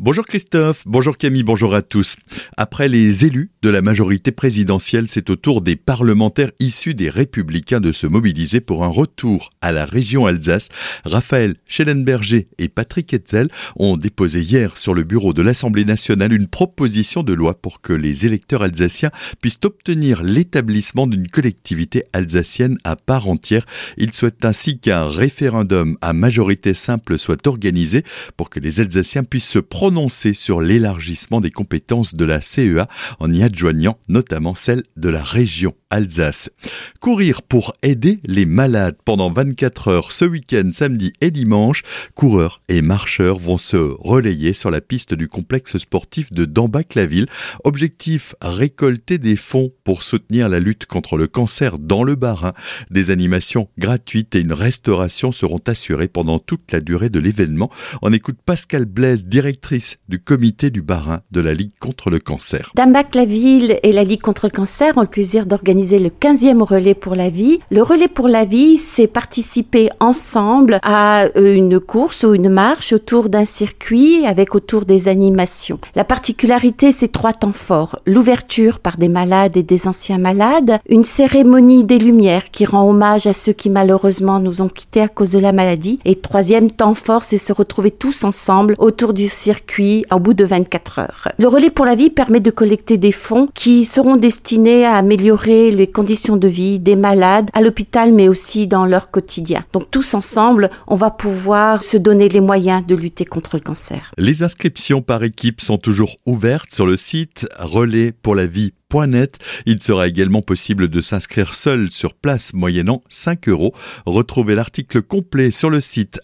Bonjour Christophe, bonjour Camille, bonjour à tous. Après les élus de la majorité présidentielle, c'est au tour des parlementaires issus des Républicains de se mobiliser pour un retour à la région Alsace. Raphaël Schellenberger et Patrick Hetzel ont déposé hier sur le bureau de l'Assemblée nationale une proposition de loi pour que les électeurs alsaciens puissent obtenir l'établissement d'une collectivité alsacienne à part entière. Ils souhaitent ainsi qu'un référendum à majorité simple soit organisé pour que les Alsaciens puissent se prononcer sur l'élargissement des compétences de la CEA en y adjoignant notamment celle de la région Alsace. Courir pour aider les malades pendant 24 heures ce week-end, samedi et dimanche. Coureurs et marcheurs vont se relayer sur la piste du complexe sportif de Dambach-la-Ville. Objectif, récolter des fonds pour soutenir la lutte contre le cancer dans le Bas-Rhin. Des animations gratuites et une restauration seront assurées pendant toute la durée de l'événement. On écoute Pascal Blaise, directrice du comité du Bas-Rhin de la Ligue contre le cancer. Dambach-la-Ville et la Ligue contre le cancer ont le plaisir d'organiser le 15e relais pour la vie. Le relais pour la vie, c'est participer ensemble à une course ou une marche autour d'un circuit avec autour des animations. La particularité, c'est 3 temps forts. L'ouverture par des malades et des anciens malades, une cérémonie des lumières qui rend hommage à ceux qui malheureusement nous ont quittés à cause de la maladie. Et 3e temps fort, c'est se retrouver tous ensemble autour du circuit au bout de 24 heures. Le relais pour la vie permet de collecter des fonds qui seront destinés à améliorer les conditions de vie des malades à l'hôpital mais aussi dans leur quotidien. Donc tous ensemble, on va pouvoir se donner les moyens de lutter contre le cancer. Les inscriptions par équipe sont toujours ouvertes sur le site relaispourlavie.net. Il sera également possible de s'inscrire seul sur place moyennant 5 €. Retrouvez l'article complet sur le site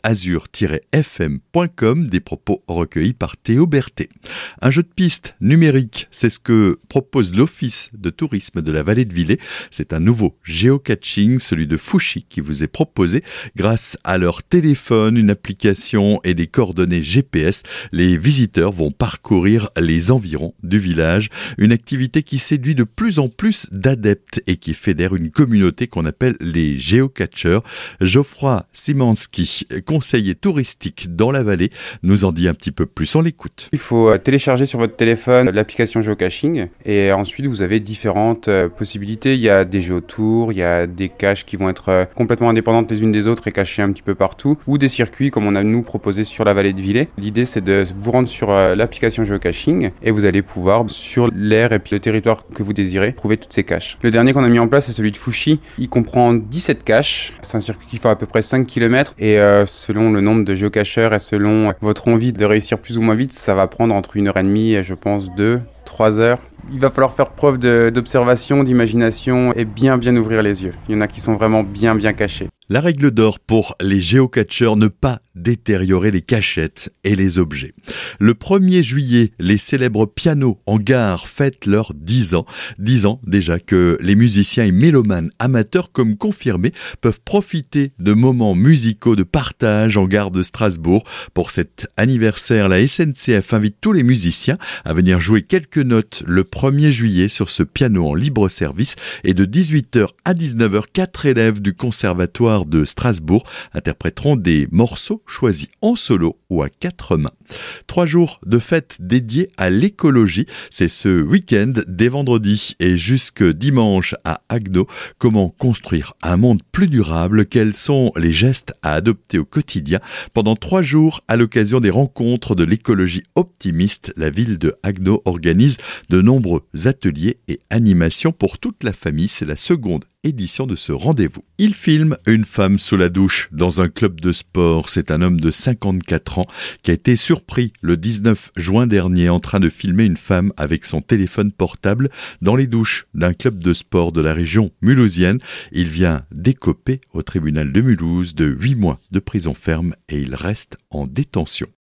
azur-fm.com, des propos recueillis par Théo Berthet. Un jeu de piste numérique, c'est ce que propose l'Office de tourisme de la vallée de Villers. C'est un nouveau géocaching, celui de Fouchy, qui vous est proposé. Grâce à leur téléphone, une application et des coordonnées GPS, les visiteurs vont parcourir les environs du village. Une activité qui séduit de plus en plus d'adeptes et qui fédère une communauté qu'on appelle les géocacheurs. Geoffroy Simanski, conseiller touristique dans la vallée, nous en dit un petit peu plus. On l'écoute. Il faut télécharger sur votre téléphone l'application géocaching et ensuite vous avez différentes possibilités. Il y a des géotours, il y a des caches qui vont être complètement indépendantes les unes des autres et cachées un petit peu partout, ou des circuits comme on a nous proposé sur la vallée de Villers. L'idée c'est de vous rendre sur l'application géocaching et vous allez pouvoir sur l'aire et puis le territoire que vous désirez trouver toutes ces caches. Le dernier qu'on a mis en place c'est celui de Fouchy. Il comprend 17 caches. C'est un circuit qui fait à peu près 5 km et selon le nombre de géocacheurs et selon votre envie de réussir plus ou moins vite, ça va prendre entre 1h30 et je pense 2-3 heures. Il va falloir faire preuve d'observation, d'imagination et bien ouvrir les yeux. Il y en a qui sont vraiment bien cachés. La règle d'or pour les géocacheurs, ne pas détériorer les cachettes et les objets. Le 1er juillet, les célèbres pianos en gare fêtent leurs 10 ans. 10 ans déjà que les musiciens et mélomanes amateurs comme confirmés peuvent profiter de moments musicaux de partage en gare de Strasbourg. Pour cet anniversaire, la SNCF invite tous les musiciens à venir jouer quelques notes le 1er juillet sur ce piano en libre service et de 18h à 19h, 4 élèves du conservatoire de Strasbourg interpréteront des morceaux choisis en solo ou à 4 mains. 3 jours de fête dédiés à l'écologie. C'est ce week-end dès vendredi et jusque dimanche à Agno. Comment construire un monde plus durable? Quels sont les gestes à adopter au quotidien? Pendant 3 jours, à l'occasion des rencontres de l'écologie optimiste, la ville de Agno organise de nombreux ateliers et animations pour toute la famille. C'est la seconde édition de ce rendez-vous. Il filme une femme sous la douche dans un club de sport. C'est un homme de 54 ans qui a été surpris le 19 juin dernier en train de filmer une femme avec son téléphone portable dans les douches d'un club de sport de la région mulhousienne. Il vient d'écoper au tribunal de Mulhouse de 8 mois de prison ferme et il reste en détention.